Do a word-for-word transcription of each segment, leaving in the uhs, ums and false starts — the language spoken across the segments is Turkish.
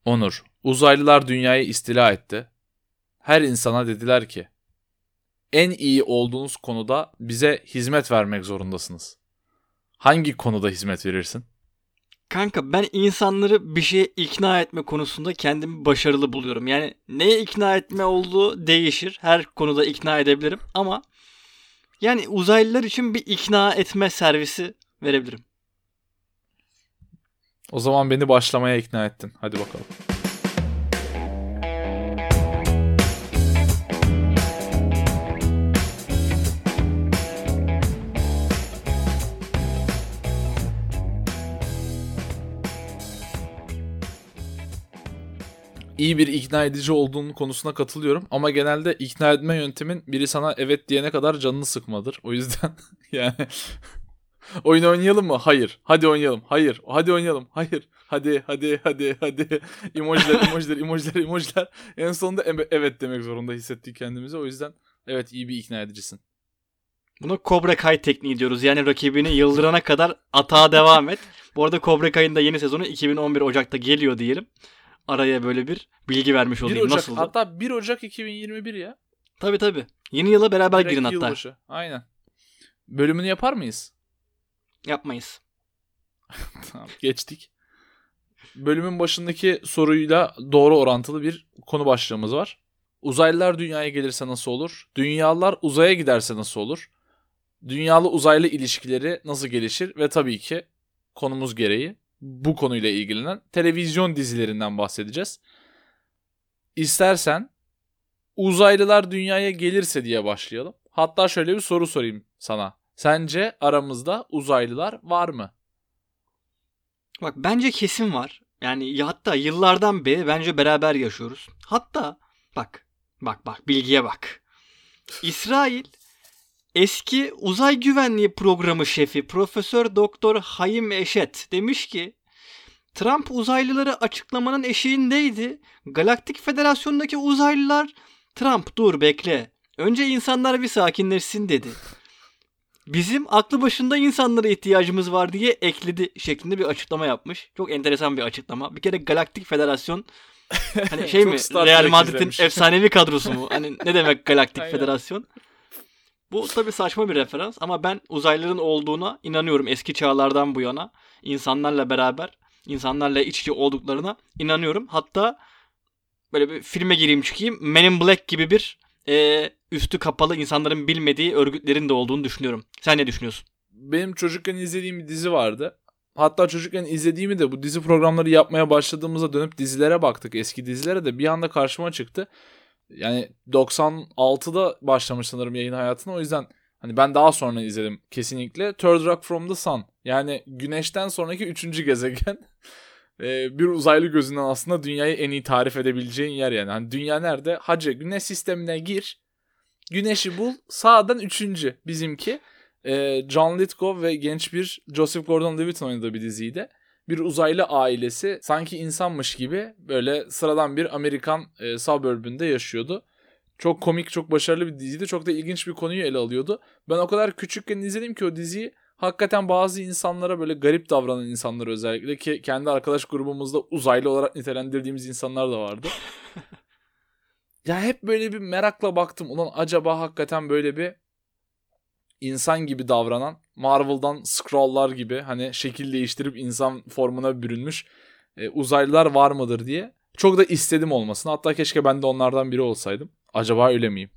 Onur, uzaylılar dünyayı istila etti. Her insana dediler ki, en iyi olduğunuz konuda bize hizmet vermek zorundasınız. Hangi konuda hizmet verirsin? Kanka ben insanları bir şeye ikna etme konusunda kendimi başarılı buluyorum. Yani neye ikna etme olduğu değişir. Her konuda ikna edebilirim ama yani uzaylılar için bir ikna etme servisi verebilirim. O zaman beni başlamaya ikna ettin. Hadi bakalım. İyi bir ikna edici olduğunun konusuna katılıyorum. Ama genelde ikna etme yöntemin biri sana evet diyene kadar canını sıkmadır. O yüzden yani oyun oynayalım mı? Hayır. Hadi oynayalım. Hayır. Hadi oynayalım. Hayır. Hadi hadi hadi hadi. Emojiler emojiler emojiler emojiler. En sonunda evet demek zorunda hissettik kendimizi. O yüzden evet iyi bir ikna edicisin. Buna Cobra Kai tekniği diyoruz. Yani rakibini yıldırana kadar atağa devam et. Bu arada Cobra Kai'nin da yeni sezonu iki bin on bir Ocak'ta geliyor diyelim. Araya böyle bir bilgi vermiş olayım. bir Ocak, nasıldı? hatta bir Ocak iki bin yirmi bir ya. Tabii tabii. Yeni yıla beraber Direkt girin hatta. Yılbaşı. Aynen. Bölümünü yapar mıyız? Yapmayız. Tamam, geçtik. Bölümün başındaki soruyla doğru orantılı bir konu başlığımız var. Uzaylılar dünyaya gelirse nasıl olur? Dünyalar uzaya giderse nasıl olur? Dünyalı uzaylı ilişkileri nasıl gelişir? Ve tabii ki konumuz gereği bu konuyla ilgilenen televizyon dizilerinden bahsedeceğiz. İstersen uzaylılar dünyaya gelirse diye başlayalım. Hatta şöyle bir soru sorayım sana. Sence aramızda uzaylılar var mı? Bak bence kesin var. Yani hatta yıllardan beri bence beraber yaşıyoruz. Hatta bak bak bak bilgiye bak. İsrail eski uzay güvenliği programı şefi Profesör Doktor Haim Eshet demiş ki Trump uzaylıları açıklamanın eşiğindeydi. Galaktik Federasyon'daki uzaylılar Trump dur bekle. Önce insanlar bir sakinleşsin dedi. Bizim aklı başında insanlara ihtiyacımız var diye ekledi şeklinde bir açıklama yapmış. Çok enteresan bir açıklama. Bir kere Galaktik Federasyon hani şey mi? Real Madrid'in efsanevi kadrosu mu? Hani ne demek Galaktik Federasyon? Bu tabii saçma bir referans ama ben uzaylıların olduğuna inanıyorum eski çağlardan bu yana. İnsanlarla beraber, insanlarla iç içe olduklarına inanıyorum. Hatta böyle bir filme gireyim çıkayım. Men in Black gibi bir e, üstü kapalı insanların bilmediği örgütlerin de olduğunu düşünüyorum. Sen ne düşünüyorsun? Benim çocukken izlediğim bir dizi vardı. Hatta çocukken izlediğimi de bu dizi programları yapmaya başladığımızda dönüp dizilere baktık. Eski dizilere de bir anda karşıma çıktı. Yani doksan altıda başlamış sanırım yayın hayatına. O yüzden hani ben daha sonra izledim kesinlikle. Third Rock from the Sun. Yani güneşten sonraki üçüncü gezegen. bir uzaylı gözünden aslında dünyayı en iyi tarif edebileceğin yer yani. Hani dünya nerede? Hacı güneş sistemine gir. Güneşi bul. Sağdan üçüncü bizimki. John Lithgow ve genç bir Joseph Gordon-Levitt oynadığı bir diziydi. Bir uzaylı ailesi sanki insanmış gibi böyle sıradan bir Amerikan e, suburb'ünde yaşıyordu. Çok komik, çok başarılı bir diziydi. Çok da ilginç bir konuyu ele alıyordu. Ben o kadar küçükken izledim ki o diziyi. Hakikaten bazı insanlara böyle garip davranan insanlar özellikle ki kendi arkadaş grubumuzda uzaylı olarak nitelendirdiğimiz insanlar da vardı. Ya hep böyle bir merakla baktım. Ulan acaba hakikaten böyle bir insan gibi davranan, Marvel'dan Skrull'lar gibi hani şekil değiştirip insan formuna bürünmüş e, uzaylılar var mıdır diye. Çok da istedim olmasını. Hatta keşke ben de onlardan biri olsaydım. Acaba öyle miyim?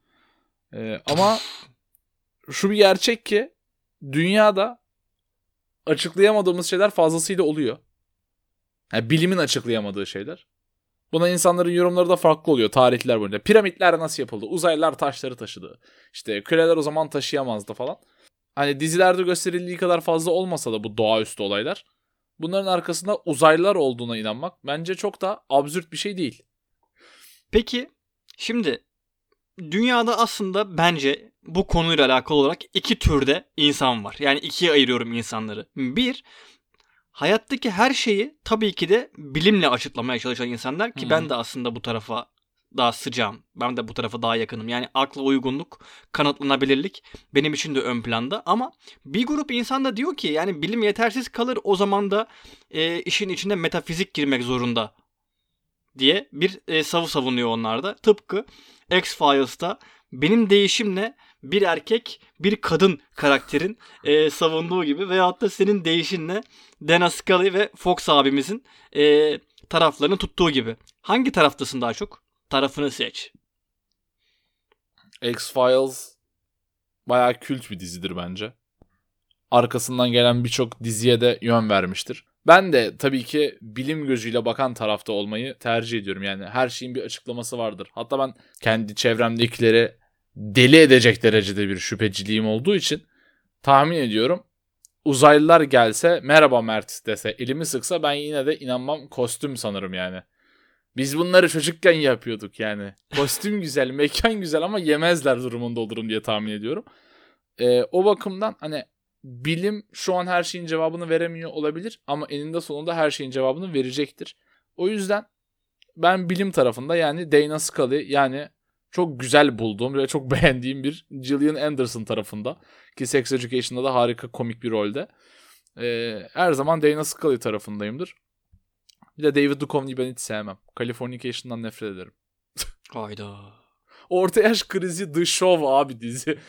E, ama şu bir gerçek ki dünyada açıklayamadığımız şeyler fazlasıyla oluyor. Yani bilimin açıklayamadığı şeyler. Buna insanların yorumları da farklı oluyor tarihler boyunca. Piramitler nasıl yapıldı? Uzaylılar taşları taşıdı. İşte küreler o zaman taşıyamazdı falan. Hani dizilerde gösterildiği kadar fazla olmasa da bu doğaüstü olaylar. Bunların arkasında uzaylılar olduğuna inanmak bence çok da absürt bir şey değil. Peki şimdi dünyada aslında bence bu konuyla alakalı olarak iki türde insan var. Yani ikiye ayırıyorum insanları. Bir, hayattaki her şeyi tabii ki de bilimle açıklamaya çalışan insanlar ki hmm. ben de aslında bu tarafa daha sıcağım. Ben de bu tarafa daha yakınım. Yani akla uygunluk, kanıtlanabilirlik benim için de ön planda. Ama bir grup insan da diyor ki yani bilim yetersiz kalır o zaman da e, işin içine metafizik girmek zorunda diye bir e, savu savunuyor onlarda. Tıpkı X-Files'ta benim değişimle bir erkek bir kadın karakterin e, savunduğu gibi veyahut da senin değişinle Dana Scully ve Fox abimizin e, taraflarını tuttuğu gibi. Hangi taraftasın daha çok? Tarafını seç. X-Files bayağı kült bir dizidir bence. Arkasından gelen birçok diziye de yön vermiştir. Ben de tabii ki bilim gözüyle bakan tarafta olmayı tercih ediyorum. Yani her şeyin bir açıklaması vardır. Hatta ben kendi çevremdekileri deli edecek derecede bir şüpheciliğim olduğu için tahmin ediyorum. Uzaylılar gelse merhaba Mert dese elimi sıksa ben yine de inanmam, kostüm sanırım yani. Biz bunları çocukken yapıyorduk yani. Kostüm güzel, mekan güzel ama yemezler durumunda olurum diye tahmin ediyorum. Ee, o bakımdan hani bilim şu an her şeyin cevabını veremiyor olabilir ama eninde sonunda her şeyin cevabını verecektir. O yüzden ben bilim tarafında, yani Dana Scully, yani çok güzel bulduğum ve çok beğendiğim bir Gillian Anderson tarafında, ki Sex Education'da da harika komik bir rolde. Ee, her zaman Dana Scully tarafındayımdır. Bir de David Duchovny'yi ben hiç sevmem. Californication'dan nefret ederim. Hayda. Orta yaş krizi The Show abi dizi.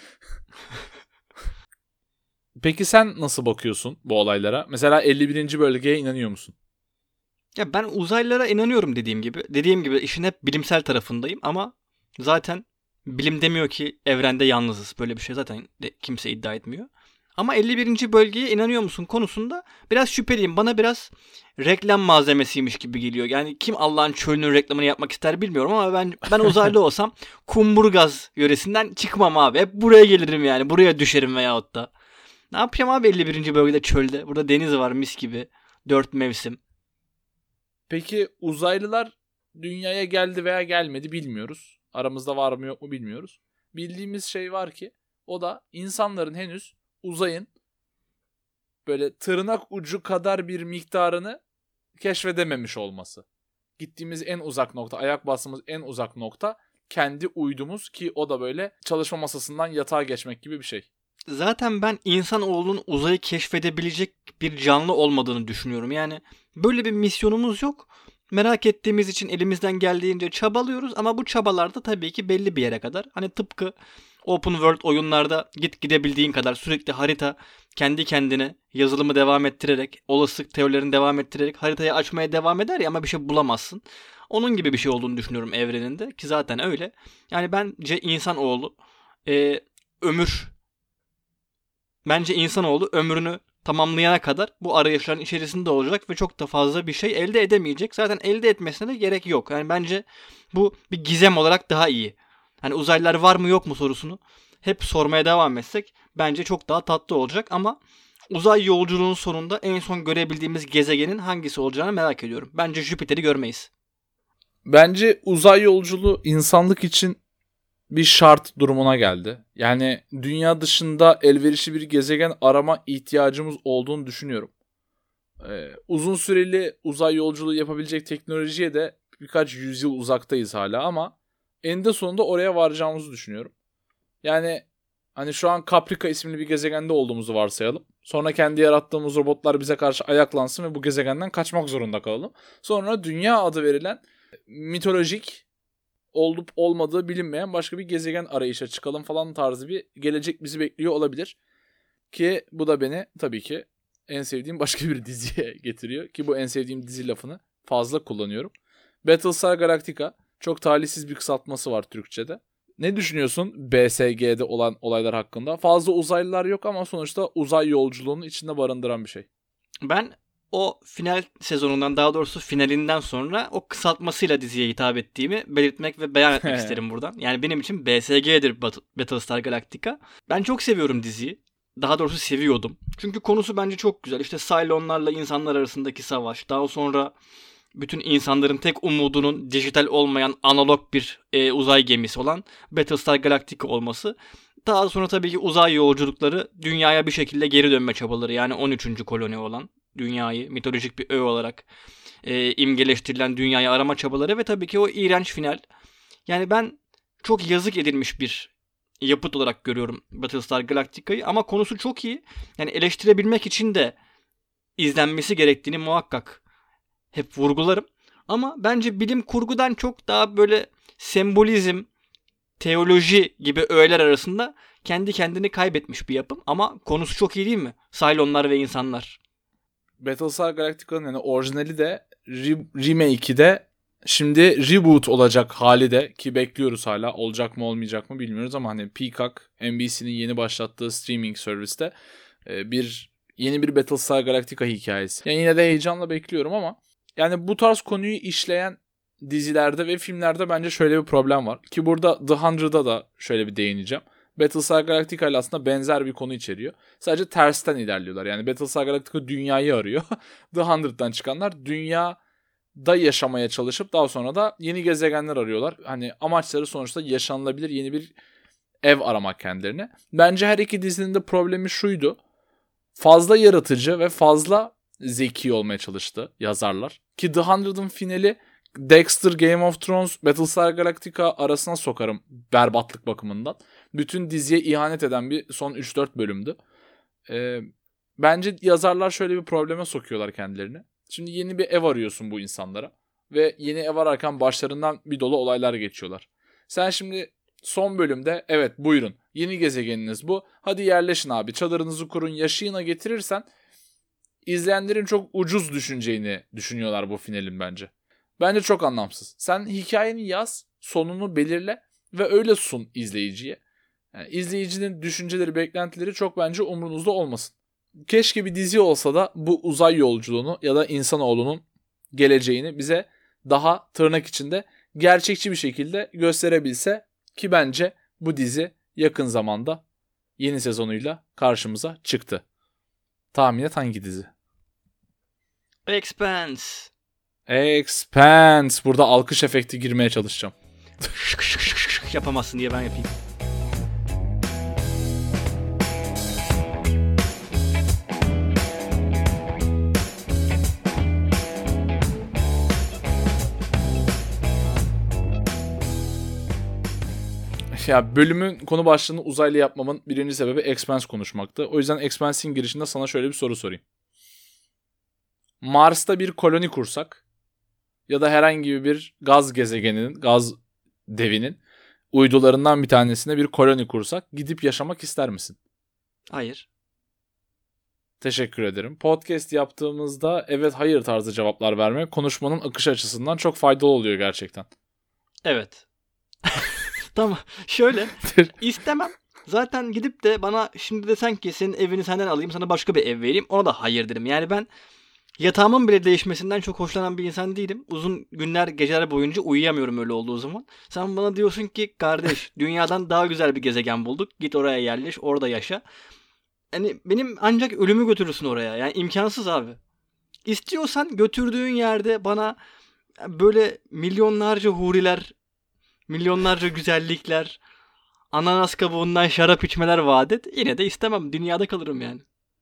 Peki sen nasıl bakıyorsun bu olaylara? Mesela elli birinci bölgeye inanıyor musun? Ya ben uzaylılara inanıyorum dediğim gibi. Dediğim gibi işin hep bilimsel tarafındayım ama zaten bilim demiyor ki evrende yalnızız. Böyle bir şey zaten de kimse iddia etmiyor. Ama elli birinci bölgeye inanıyor musun konusunda biraz şüpheliyim. Bana biraz reklam malzemesiymiş gibi geliyor. Yani kim Allah'ın çölünün reklamını yapmak ister bilmiyorum ama ben ben uzaylı olsam Kumburgaz yöresinden çıkmam abi. Hep buraya gelirim yani. Buraya düşerim veyahut da. Ne yapacağım abi elli birinci bölgede çölde? Burada deniz var mis gibi. Dört mevsim. Peki uzaylılar dünyaya geldi veya gelmedi bilmiyoruz. Aramızda var mı yok mu bilmiyoruz. Bildiğimiz şey var ki o da insanların henüz uzayın böyle tırnak ucu kadar bir miktarını keşfedememiş olması. Gittiğimiz en uzak nokta, ayak bastığımız en uzak nokta kendi uydumuz, ki o da böyle çalışma masasından yatağa geçmek gibi bir şey. Zaten ben insanoğlunun uzayı keşfedebilecek bir canlı olmadığını düşünüyorum. Yani böyle bir misyonumuz yok. Merak ettiğimiz için elimizden geldiğince çabalıyoruz ama bu çabalarda tabii ki belli bir yere kadar. Hani tıpkı open world oyunlarda git gidebildiğin kadar sürekli harita kendi kendine yazılımı devam ettirerek, olasılık teorilerini devam ettirerek haritayı açmaya devam eder ya ama bir şey bulamazsın. Onun gibi bir şey olduğunu düşünüyorum evreninde ki zaten öyle. Yani bence insanoğlu e, ömür Bence insanoğlu ömrünü tamamlayana kadar bu arayışların içerisinde olacak ve çok da fazla bir şey elde edemeyecek. Zaten elde etmesine de gerek yok. Yani bence bu bir gizem olarak daha iyi. Hani uzaylılar var mı yok mu sorusunu hep sormaya devam etsek bence çok daha tatlı olacak ama uzay yolculuğunun sonunda en son görebildiğimiz gezegenin hangisi olacağını merak ediyorum. Bence Jüpiter'i görmeyiz. Bence uzay yolculuğu insanlık için bir şart durumuna geldi. Yani dünya dışında elverişli bir gezegen arama ihtiyacımız olduğunu düşünüyorum. Ee, uzun süreli uzay yolculuğu yapabilecek teknolojiye de birkaç yüzyıl uzaktayız hala ama eninde sonunda oraya varacağımızı düşünüyorum. Yani hani şu an Caprica isimli bir gezegende olduğumuzu varsayalım. Sonra kendi yarattığımız robotlar bize karşı ayaklansın ve bu gezegenden kaçmak zorunda kalalım. Sonra Dünya adı verilen mitolojik, olup olmadığı bilinmeyen başka bir gezegen arayışa çıkalım falan tarzı bir gelecek bizi bekliyor olabilir. Ki bu da beni tabii ki en sevdiğim başka bir diziye getiriyor. Ki bu en sevdiğim dizi lafını fazla kullanıyorum. Battlestar Galactica, çok talihsiz bir kısaltması var Türkçe'de. Ne düşünüyorsun B S G'de olan olaylar hakkında? Fazla uzaylılar yok ama sonuçta uzay yolculuğunu içinde barındıran bir şey. Ben o final sezonundan, daha doğrusu finalinden sonra o kısaltmasıyla diziye hitap ettiğimi belirtmek ve beyan etmek isterim buradan. Yani benim için B S G'dir Battlestar Galactica. Ben çok seviyorum diziyi. Daha doğrusu seviyordum. Çünkü konusu bence çok güzel. İşte Cylonlarla insanlar arasındaki savaş. Daha sonra bütün insanların tek umudunun dijital olmayan analog bir e, uzay gemisi olan Battlestar Galactica olması. Daha sonra tabii ki uzay yolculukları, dünyaya bir şekilde geri dönme çabaları. Yani on üçüncü koloni olan dünyayı mitolojik bir öğe olarak e, imgeleştirilen dünyayı arama çabaları ve tabii ki o iğrenç final. Yani ben çok yazık edilmiş bir yapıt olarak görüyorum Battlestar Galactica'yı ama konusu çok iyi. Yani eleştirebilmek için de izlenmesi gerektiğini muhakkak hep vurgularım. Ama bence bilim kurgudan çok daha böyle sembolizm, teoloji gibi öğeler arasında kendi kendini kaybetmiş bir yapım. Ama konusu çok iyi değil mi? Cylonlar ve insanlar. Battlestar Galactica'nın yani orijinali de re- remake'i de şimdi reboot olacak hali de, ki bekliyoruz hala, olacak mı olmayacak mı bilmiyoruz ama hani Peacock, N B C'nin yeni başlattığı streaming serviste bir yeni bir Battlestar Galactica hikayesi. Yani yine de heyecanla bekliyorum ama yani bu tarz konuyu işleyen dizilerde ve filmlerde bence şöyle bir problem var. Ki burada The Hundred'a da şöyle bir değineceğim. Battlestar Galactica ile aslında benzer bir konu içeriyor. Sadece tersten ilerliyorlar. Yani Battlestar Galactica dünyayı arıyor. The Hundred'dan çıkanlar dünyada yaşamaya çalışıp daha sonra da yeni gezegenler arıyorlar. Hani amaçları sonuçta yaşanılabilir yeni bir ev aramak kendilerine. Bence her iki dizinin de problemi şuydu. Fazla yaratıcı ve fazla zeki olmaya çalıştı yazarlar. Ki The Hundred'ın finali Dexter, Game of Thrones, Battlestar Galactica arasına sokarım berbatlık bakımından. Bütün diziye ihanet eden bir son üç dört bölümdü. Ee, bence yazarlar şöyle bir probleme sokuyorlar kendilerini. Şimdi yeni bir ev arıyorsun bu insanlara. Ve yeni ev ararken başlarından bir dolu olaylar geçiyorlar. Sen şimdi son bölümde evet buyurun yeni gezegeniniz bu. Hadi yerleşin abi, çadırınızı kurun, yaşayına getirirsen izleyenlerin çok ucuz düşüneceğini düşünüyorlar bu finalin bence. Bence çok anlamsız. Sen hikayeni yaz, sonunu belirle ve öyle sun izleyiciye. Yani izleyicinin düşünceleri, beklentileri çok bence umrunuzda olmasın. Keşke bir dizi olsa da bu uzay yolculuğunu ya da insanoğlunun geleceğini bize daha tırnak içinde gerçekçi bir şekilde gösterebilse, ki bence bu dizi yakın zamanda yeni sezonuyla karşımıza çıktı. Tahmin et hangi dizi? Expanse. Expanse. Burada alkış efekti girmeye çalışacağım. Yapamazsın diye ben yapayım. Ya bölümün konu başlığını uzaylı yapmamın birinci sebebi Expanse konuşmaktı. O yüzden Expanse'in girişinde sana şöyle bir soru sorayım. Mars'ta bir koloni kursak ya da herhangi bir gaz gezegeninin, gaz devinin uydularından bir tanesine bir koloni kursak gidip yaşamak ister misin? Hayır. Teşekkür ederim. Podcast yaptığımızda evet hayır tarzı cevaplar vermek konuşmanın akışı açısından çok faydalı oluyor gerçekten. Evet. Tamam. Şöyle istemem. Zaten gidip de bana şimdi desen ki senin evini senden alayım, sana başka bir ev vereyim, ona da hayır derim. Yani ben yatağımın bile değişmesinden çok hoşlanan bir insan değilim. Uzun günler, geceler boyunca uyuyamıyorum öyle olduğu zaman. Sen bana diyorsun ki kardeş dünyadan daha güzel bir gezegen bulduk. Git oraya yerleş, orada yaşa. Yani benim ancak ölümü götürürsün oraya. Yani imkansız abi. İstiyorsan götürdüğün yerde bana böyle milyonlarca huriler, milyonlarca güzellikler, ananas kabuğundan şarap içmeler vaat et. Yine de istemem. Dünyada kalırım yani.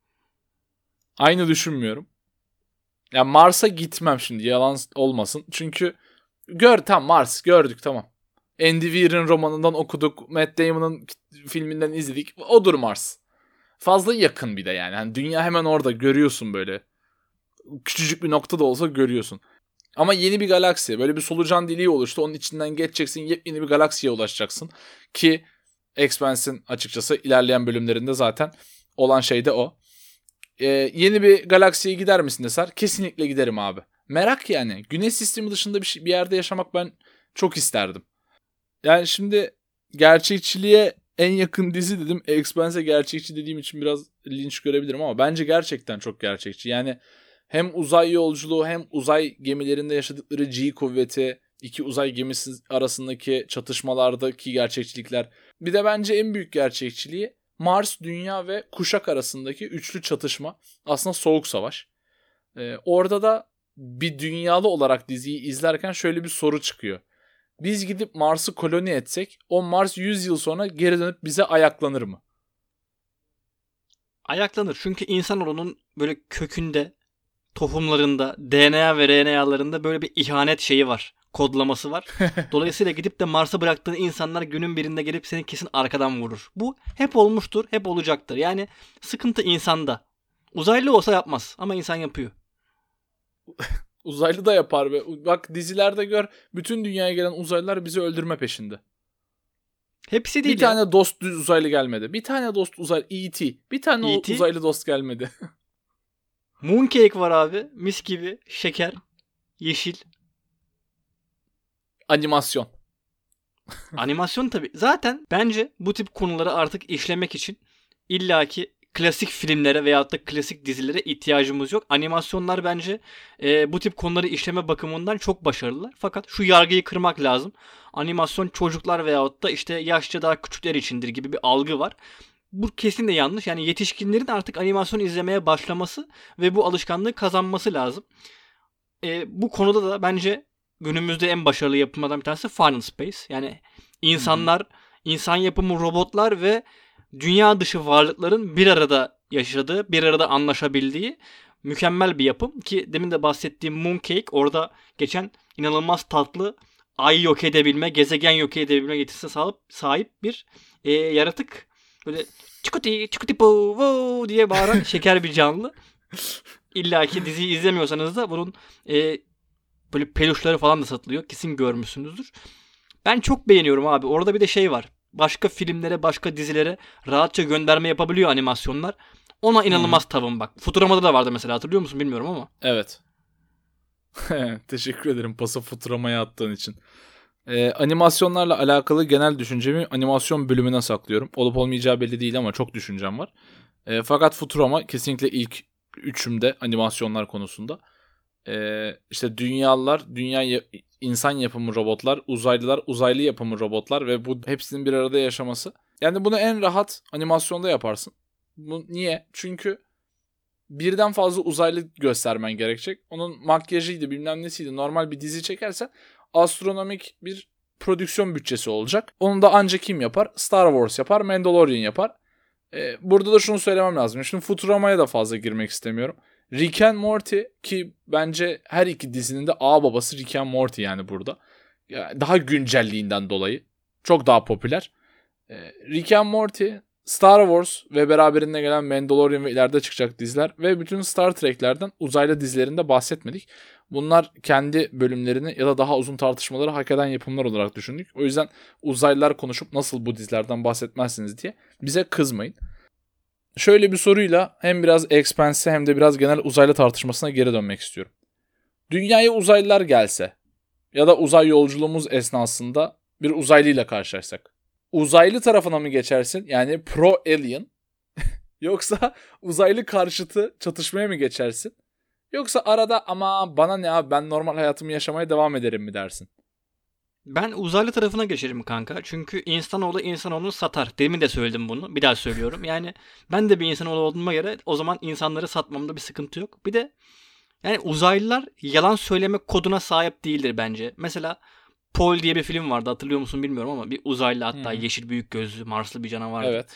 Aynı düşünmüyorum. Ya Mars'a gitmem şimdi, yalan olmasın. Çünkü gör tam Mars gördük tamam. Andy Weir'in romanından okuduk. Matt Damon'ın filminden izledik. Odur Mars. Fazla yakın bir de yani. Hani dünya hemen orada görüyorsun böyle. Küçücük bir nokta da olsa görüyorsun. Ama yeni bir galaksi. Böyle bir solucan deliği oluştu. Onun içinden geçeceksin. Yepyeni bir galaksiye ulaşacaksın. Ki Expanse'in açıkçası ilerleyen bölümlerinde zaten olan şey de o. Ee, yeni bir galaksiye gider misin deser? Kesinlikle giderim abi. Merak yani. Güneş sistemi dışında bir, şey, bir yerde yaşamak ben çok isterdim. Yani şimdi gerçekçiliğe en yakın dizi dedim. Expanse'e gerçekçi dediğim için biraz linç görebilirim ama bence gerçekten çok gerçekçi. Yani hem uzay yolculuğu hem uzay gemilerinde yaşadıkları G kuvveti, iki uzay gemisi arasındaki çatışmalardaki gerçekçilikler. Bir de bence en büyük gerçekçiliği Mars, Dünya ve Kuşak arasındaki üçlü çatışma. Aslında Soğuk Savaş. Ee, orada da bir dünyalı olarak diziyi izlerken şöyle bir soru çıkıyor. Biz gidip Mars'ı koloni etsek o Mars yüz yıl sonra geri dönüp bize ayaklanır mı? Ayaklanır. Çünkü insanoğlunun böyle kökünde, tohumlarında, D N A ve R N A'larında böyle bir ihanet şeyi var. Kodlaması var. Dolayısıyla gidip de Mars'a bıraktığın insanlar günün birinde gelip seni kesin arkadan vurur. Bu hep olmuştur, hep olacaktır. Yani sıkıntı insanda. Uzaylı olsa yapmaz ama insan yapıyor. Uzaylı da yapar be. Bak dizilerde gör, bütün dünyaya gelen uzaylılar bizi öldürme peşinde. Hepsi değil Bir ya. tane dost uzaylı gelmedi. Bir tane dost uzaylı E T Bir tane E T uzaylı dost gelmedi. Mooncake var abi. Mis gibi. Şeker. Yeşil. Animasyon. Animasyon tabii. Zaten bence bu tip konuları artık işlemek için illaki klasik filmlere veyahut da klasik dizilere ihtiyacımız yok. Animasyonlar bence e, bu tip konuları işleme bakımından çok başarılılar. Fakat şu yargıyı kırmak lazım. Animasyon çocuklar veyahut da işte yaşça daha küçükler içindir gibi bir algı var. Bu kesin de yanlış. Yani yetişkinlerin artık animasyon izlemeye başlaması ve bu alışkanlığı kazanması lazım. E, bu konuda da bence günümüzde en başarılı yapımlardan bir tanesi Final Space. Yani insanlar, Hı-hı. insan yapımı robotlar ve dünya dışı varlıkların bir arada yaşadığı, bir arada anlaşabildiği mükemmel bir yapım. Ki demin de bahsettiğim Mooncake orada geçen inanılmaz tatlı ay yok edebilme, gezegen yok edebilme yetisine sahip, sahip bir e, yaratık. Böyle çikuti çikuti po wo diye bağıran şeker bir canlı. İlla ki diziyi izlemiyorsanız da bunun e, böyle peluşları falan da satılıyor. Kesin görmüşsünüzdür. Ben çok beğeniyorum abi. Orada bir de şey var. Başka filmlere, başka dizilere rahatça gönderme yapabiliyor animasyonlar. Ona inanılmaz hmm. tavım bak. Futurama'da da vardı mesela, hatırlıyor musun bilmiyorum ama. Evet. Teşekkür ederim pası Futurama'ya attığın için. Ee, animasyonlarla alakalı genel düşüncemi animasyon bölümüne saklıyorum. Olup olmayacağı belli değil ama çok düşüncem var. Ee, fakat Futurama kesinlikle ilk üçümde animasyonlar konusunda. Ee, işte dünyalılar, dünya insan yapımı robotlar, uzaylılar, uzaylı yapımı robotlar ve bu hepsinin bir arada yaşaması. Yani bunu en rahat animasyonda yaparsın. Bu niye? Çünkü birden fazla uzaylı göstermen gerekecek. Onun makyajıydı, bilmem nesiydi. Normal bir dizi çekersen astronomik bir prodüksiyon bütçesi olacak. Onu da ancak kim yapar? Star Wars yapar, Mandalorian yapar. Ee, burada da şunu söylemem lazım. Şimdi Futurama'ya da fazla girmek istemiyorum. Rick and Morty ki bence her iki dizinin de ağ babası Rick and Morty yani burada. Yani daha güncelliğinden dolayı. Çok daha popüler. Ee, Rick and Morty, Star Wars ve beraberinde gelen Mandalorian ve ileride çıkacak diziler ve bütün Star Trek'lerden uzaylı dizilerinde bahsetmedik. Bunlar kendi bölümlerini ya da daha uzun tartışmaları hak eden yapımlar olarak düşündük. O yüzden uzaylılar konuşup nasıl bu dizilerden bahsetmezsiniz diye bize kızmayın. Şöyle bir soruyla hem biraz Expanse'e hem de biraz genel uzaylı tartışmasına geri dönmek istiyorum. Dünyaya uzaylılar gelse ya da uzay yolculuğumuz esnasında bir uzaylıyla karşılaşsak. Uzaylı tarafına mı geçersin? Yani pro-alien. Yoksa uzaylı karşıtı çatışmaya mı geçersin? Yoksa arada ama bana ne abi ben normal hayatımı yaşamaya devam ederim mi dersin? Ben uzaylı tarafına geçerim kanka. Çünkü insanoğlu insanoğlunu satar. Demin de söyledim bunu. Bir daha söylüyorum. Yani ben de bir insanoğlu olduğuma göre o zaman insanları satmamda bir sıkıntı yok. Bir de yani uzaylılar yalan söyleme koduna sahip değildir bence. Mesela Paul diye bir film vardı, hatırlıyor musun bilmiyorum ama bir uzaylı, hatta hmm. yeşil büyük gözlü Marslı bir canavardı. Evet.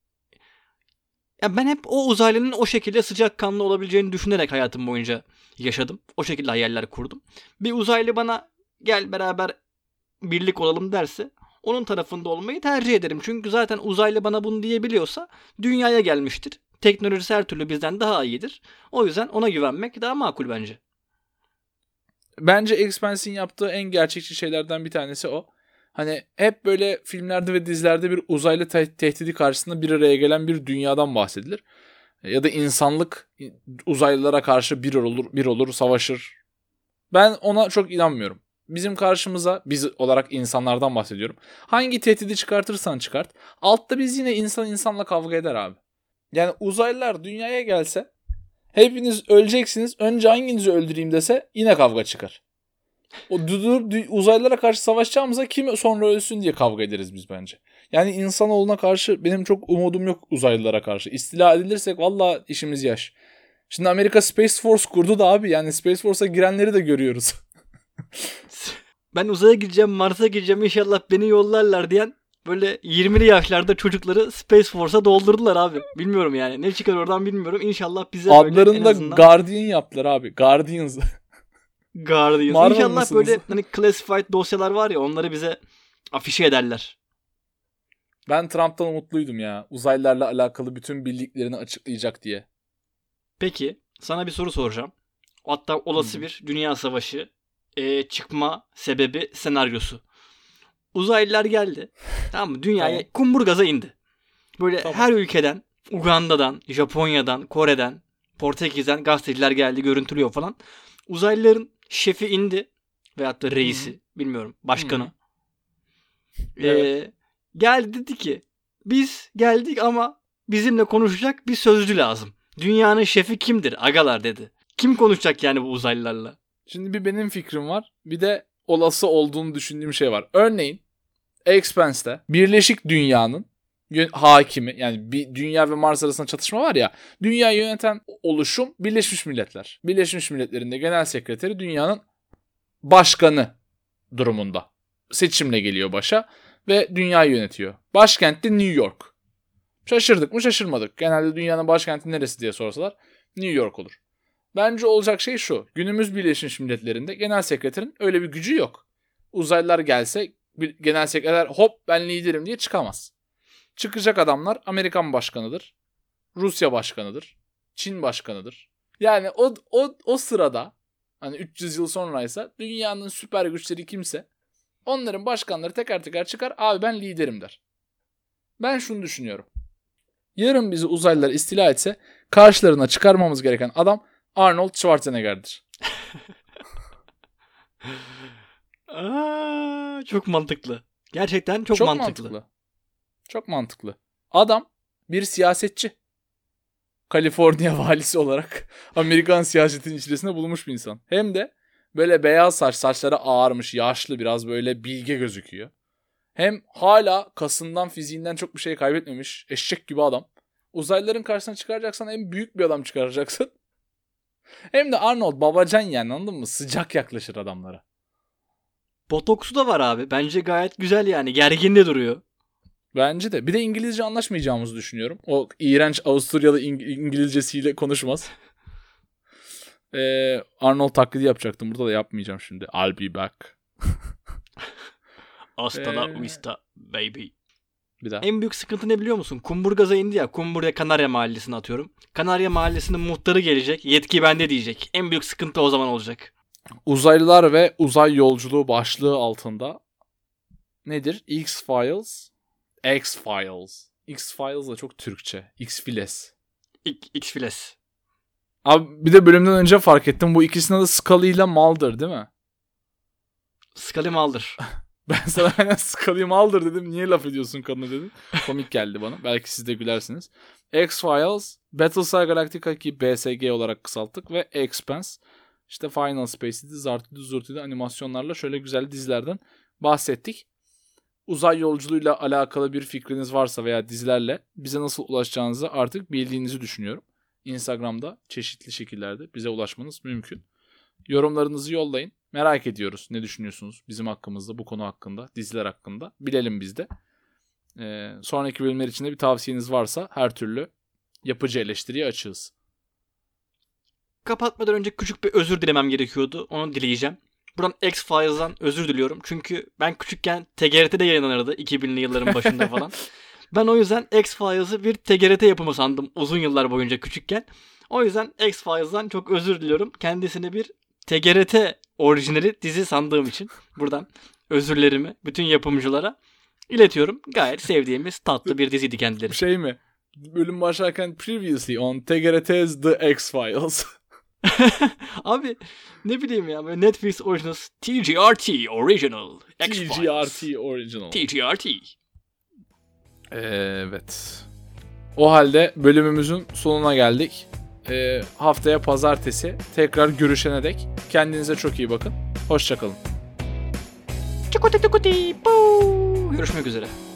Ya ben hep o uzaylının o şekilde sıcakkanlı olabileceğini düşünerek hayatım boyunca yaşadım. O şekilde hayaller kurdum. Bir uzaylı bana gel beraber birlik olalım derse onun tarafında olmayı tercih ederim. Çünkü zaten uzaylı bana bunu diyebiliyorsa dünyaya gelmiştir. Teknolojisi her türlü bizden daha iyidir. O yüzden ona güvenmek daha makul bence. Bence Expanse'in yaptığı en gerçekçi şeylerden bir tanesi o. Hani hep böyle filmlerde ve dizilerde bir uzaylı te- tehdidi karşısında bir araya gelen bir dünyadan bahsedilir. Ya da insanlık uzaylılara karşı bir olur, bir olur, savaşır. Ben ona çok inanmıyorum. Bizim karşımıza, biz olarak insanlardan bahsediyorum. Hangi tehdidi çıkartırsan çıkart, altta biz yine insan insanla kavga eder abi. Yani uzaylılar dünyaya gelse, hepiniz öleceksiniz, önce hanginizi öldüreyim dese yine kavga çıkar. O dudurup uzaylılara karşı savaşacağımıza kim sonra ölsün diye kavga ederiz biz bence. Yani insanoğluna karşı benim çok umudum yok uzaylılara karşı. İstila edilirsek valla işimiz yaş. Şimdi Amerika Space Force kurdu da abi, yani Space Force'a girenleri de görüyoruz. Ben uzaya gideceğim, Mars'a gideceğim, inşallah beni yollarlar diyen böyle yirmili yaşlarda çocukları Space Force'a doldurdular abi. Bilmiyorum yani. Ne çıkar oradan bilmiyorum. İnşallah bize adlarını böyle en da azından... Guardian yaptılar abi. Guardians. Guardians. Marvel İnşallah mısınız? Böyle hani classified dosyalar var ya, onları bize afişe ederler. Ben Trump'tan umutluydum ya. Uzaylılarla alakalı bütün bildiklerini açıklayacak diye. Peki sana bir soru soracağım. Hatta olası bir dünya savaşı e, çıkma sebebi senaryosu. Uzaylılar geldi. Tamam mı? Dünyaya tamam. kumburgaza indi. Böyle tamam. her ülkeden, Uganda'dan, Japonya'dan, Kore'den, Portekiz'den gazeteciler geldi, görüntülüyor falan. Uzaylıların şefi indi. Veyahut da reisi, Hı-hı. bilmiyorum, başkanı. Ee, evet. Geldi dedi ki, biz geldik ama bizimle konuşacak bir sözcü lazım. Dünyanın şefi kimdir agalar dedi. Kim konuşacak yani bu uzaylılarla? Şimdi bir benim fikrim var. Bir de olası olduğunu düşündüğüm şey var. Örneğin Expanse'te Birleşik Dünya'nın hakimi, yani bir dünya ve Mars arasında çatışma var ya, dünyayı yöneten oluşum Birleşmiş Milletler. Birleşmiş Milletler'in de genel sekreteri dünyanın başkanı durumunda. Seçimle geliyor başa ve dünyayı yönetiyor. Başkenti New York. Şaşırdık mı şaşırmadık. Genelde dünyanın başkenti neresi diye sorsalar New York olur. Bence olacak şey şu. Günümüz Birleşmiş Milletler'inde genel sekreterin öyle bir gücü yok. Uzaylılar gelse genel sekreter hop ben liderim diye çıkamaz. Çıkacak adamlar Amerikan başkanıdır. Rusya başkanıdır. Çin başkanıdır. Yani o o o sırada hani üç yüz yıl sonraysa dünyanın süper güçleri kimse onların başkanları teker teker çıkar abi ben liderim der. Ben şunu düşünüyorum. Yarın bizi uzaylılar istila etse karşılarına çıkarmamız gereken adam Arnold Schwarzenegger'dir. Aa, çok mantıklı. Gerçekten çok, çok mantıklı. mantıklı. Çok mantıklı. Adam bir siyasetçi. Kaliforniya valisi olarak Amerikan siyasetinin içerisinde bulunmuş bir insan. Hem de böyle beyaz saç, saçları ağarmış, yaşlı, biraz böyle bilge gözüküyor. Hem hala kasından, fiziğinden çok bir şey kaybetmemiş, eşek gibi adam. Uzaylıların karşısına çıkaracaksan en büyük bir adam çıkaracaksın. Hem de Arnold babacan yani, anladın mı? Sıcak yaklaşır adamlara. Botoksu da var abi. Bence gayet güzel yani. Gergin de duruyor. Bence de. Bir de İngilizce anlaşmayacağımızı düşünüyorum. O iğrenç Avusturyalı İng- İngilizcesiyle konuşmaz. ee, Arnold taklidi yapacaktım. Burada da yapmayacağım şimdi. I'll be back. Hasta la ee... vista baby. Bir daha. En büyük sıkıntı ne biliyor musun? Kumburgaza indi ya. Kumburya Kanarya Mahallesi'ne atıyorum. Kanarya Mahallesi'nin muhtarı gelecek. Yetki bende diyecek. En büyük sıkıntı o zaman olacak. Uzaylılar ve uzay yolculuğu başlığı altında nedir? X-Files. X-Files. X-Files da çok Türkçe. X-Files. X-Files. Abi bir de bölümden önce fark ettim. Bu ikisinin adı Scully ile Mulder değil mi? Scully Mulder. Ben sana aynen Scully Mulder dedim. Niye laf ediyorsun kadına dedim. Komik geldi bana. Belki siz de gülersiniz. X-Files, Battlestar Galactica ki B S G olarak kısalttık ve Expanse. İşte Final Space'di, zartıydı zurtuydu animasyonlarla şöyle güzel dizilerden bahsettik. Uzay yolculuğuyla alakalı bir fikriniz varsa veya dizilerle bize nasıl ulaşacağınızı artık bildiğinizi düşünüyorum. Instagram'da çeşitli şekillerde bize ulaşmanız mümkün. Yorumlarınızı yollayın. Merak ediyoruz. Ne düşünüyorsunuz bizim hakkımızda, bu konu hakkında, diziler hakkında? Bilelim biz de. Ee, sonraki bölümler için de bir tavsiyeniz varsa her türlü yapıcı eleştiriye açığız. Kapatmadan önce küçük bir özür dilemem gerekiyordu. Onu dileyeceğim. Buradan X-Files'dan özür diliyorum. Çünkü ben küçükken T G R T'de yayınlanırdı iki binli yılların başında falan. Ben o yüzden X-Files'ı bir T G R T yapımı sandım uzun yıllar boyunca küçükken. O yüzden X-Files'dan çok özür diliyorum. Kendisini bir T G R T orijinali dizi sandığım için buradan özürlerimi bütün yapımcılara iletiyorum. Gayet sevdiğimiz tatlı bir diziydi kendileri. Şey mi? Bölüm başlarken previously on T G R T'z The X-Files. Abi ne bileyim ya, böyle Netflix Originals T G R T Original X-Files. T G R T Original. T G R T. Evet. O halde bölümümüzün sonuna geldik. Ee, haftaya pazartesi tekrar görüşene dek kendinize çok iyi bakın. Hoşça kalın. Görüşmek üzere.